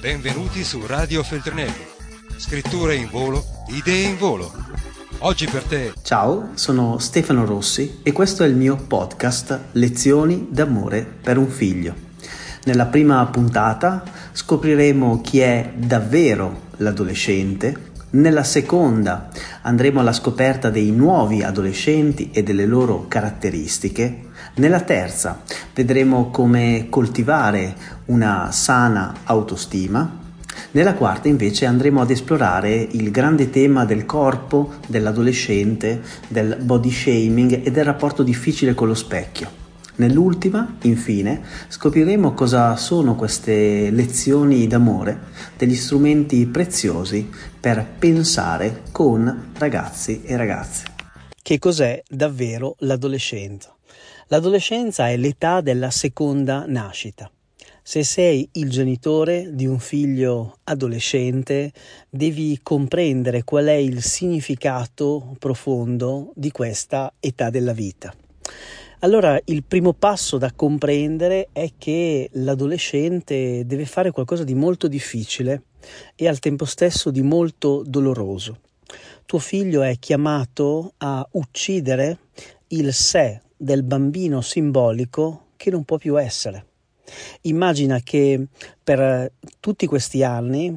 Benvenuti su Radio Feltrinelli. Scritture in volo, idee in volo. Oggi per te. Ciao, sono Stefano Rossi e questo è il mio podcast Lezioni d'amore per un figlio. Nella prima puntata scopriremo chi è davvero l'adolescente. Nella seconda andremo alla scoperta dei nuovi adolescenti e delle loro caratteristiche. Nella terza vedremo come coltivare una sana autostima. Nella quarta invece andremo ad esplorare il grande tema del corpo, dell'adolescente, del body shaming e del rapporto difficile con lo specchio. Nell'ultima, infine, scopriremo cosa sono queste lezioni d'amore, degli strumenti preziosi per pensare con ragazzi e ragazze. Che cos'è davvero l'adolescenza? L'adolescenza è l'età della seconda nascita. Se sei il genitore di un figlio adolescente, devi comprendere qual è il significato profondo di questa età della vita. Allora, il primo passo da comprendere è che l'adolescente deve fare qualcosa di molto difficile e al tempo stesso di molto doloroso. Tuo figlio è chiamato a uccidere il sé del bambino simbolico che non può più essere. Immagina che per tutti questi anni,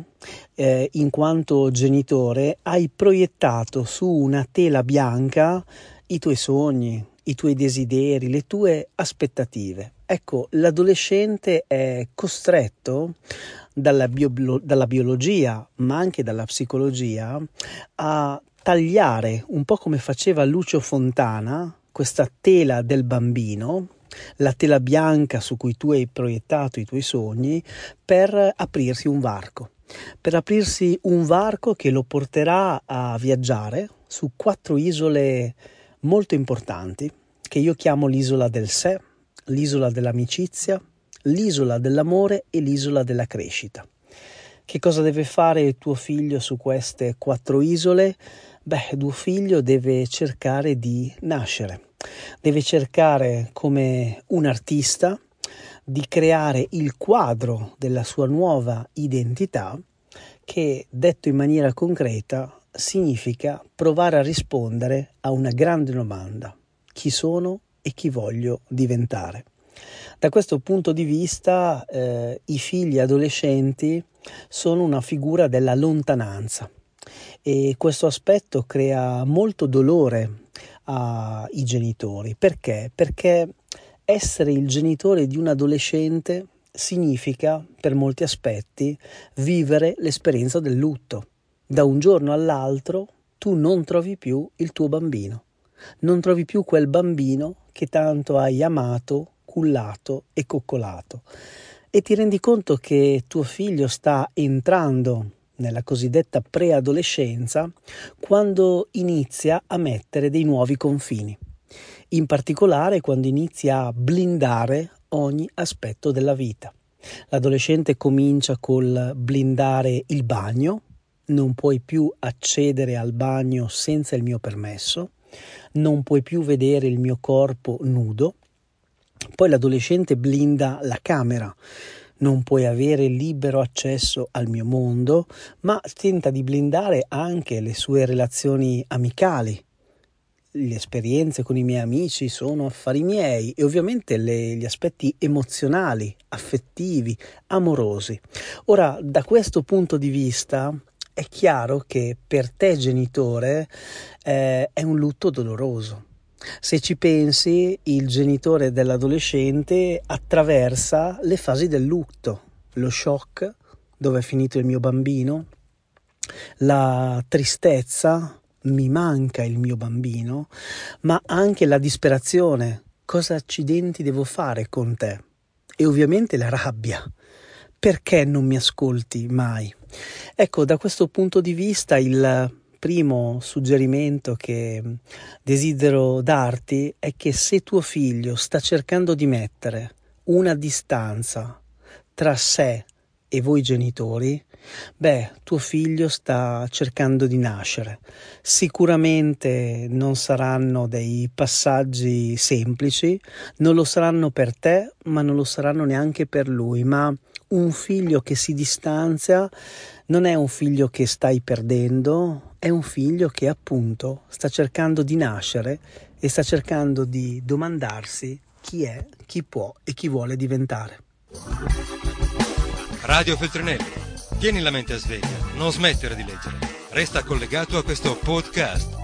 in quanto genitore, hai proiettato su una tela bianca i tuoi sogni, i tuoi desideri, le tue aspettative. Ecco, l'adolescente è costretto dalla biologia, ma anche dalla psicologia, a tagliare, un po' come faceva Lucio Fontana, questa tela del bambino, la tela bianca su cui tu hai proiettato i tuoi sogni, per aprirsi un varco. Per aprirsi un varco che lo porterà a viaggiare su 4 isole molto importanti, che io chiamo l'isola del sé, l'isola dell'amicizia, l'isola dell'amore e l'isola della crescita. Che cosa deve fare tuo figlio su queste 4 isole? Tuo figlio deve cercare di nascere. Deve cercare, come un artista, di creare il quadro della sua nuova identità che, detto in maniera concreta, significa provare a rispondere a una grande domanda: chi sono e chi voglio diventare? Da questo punto di vista i figli adolescenti sono una figura della lontananza e questo aspetto crea molto dolore ai genitori. Perché? Perché essere il genitore di un adolescente significa, per molti aspetti, vivere l'esperienza del lutto. Da un giorno all'altro tu non trovi più il tuo bambino, non trovi più quel bambino che tanto hai amato, cullato e coccolato, e ti rendi conto che tuo figlio sta entrando nella cosiddetta preadolescenza quando inizia a mettere dei nuovi confini, in particolare quando inizia a blindare ogni aspetto della vita. L'adolescente comincia col blindare il bagno: non puoi più accedere al bagno senza il mio permesso, non puoi più vedere il mio corpo nudo. Poi l'adolescente blinda la camera: non puoi avere libero accesso al mio mondo, ma tenta di blindare anche le sue relazioni amicali. Le esperienze con i miei amici sono affari miei, e ovviamente gli aspetti emozionali, affettivi, amorosi. Ora, da questo punto di vista, è chiaro che per te genitore è un lutto doloroso. Se ci pensi, il genitore dell'adolescente attraversa le fasi del lutto: lo shock, dove è finito il mio bambino, la tristezza, mi manca il mio bambino, ma anche la disperazione: cosa accidenti devo fare con te? E ovviamente la rabbia: perché non mi ascolti mai? Ecco, da questo punto di vista il primo suggerimento che desidero darti è che se tuo figlio sta cercando di mettere una distanza tra sé e voi genitori, tuo figlio sta cercando di nascere. Sicuramente non saranno dei passaggi semplici, non lo saranno per te, ma non lo saranno neanche per lui, ma un figlio che si distanzia non è un figlio che stai perdendo, è un figlio che appunto sta cercando di nascere e sta cercando di domandarsi chi è, chi può e chi vuole diventare. Radio Feltrinelli, tieni la mente a sveglia, non smettere di leggere. Resta collegato a questo podcast.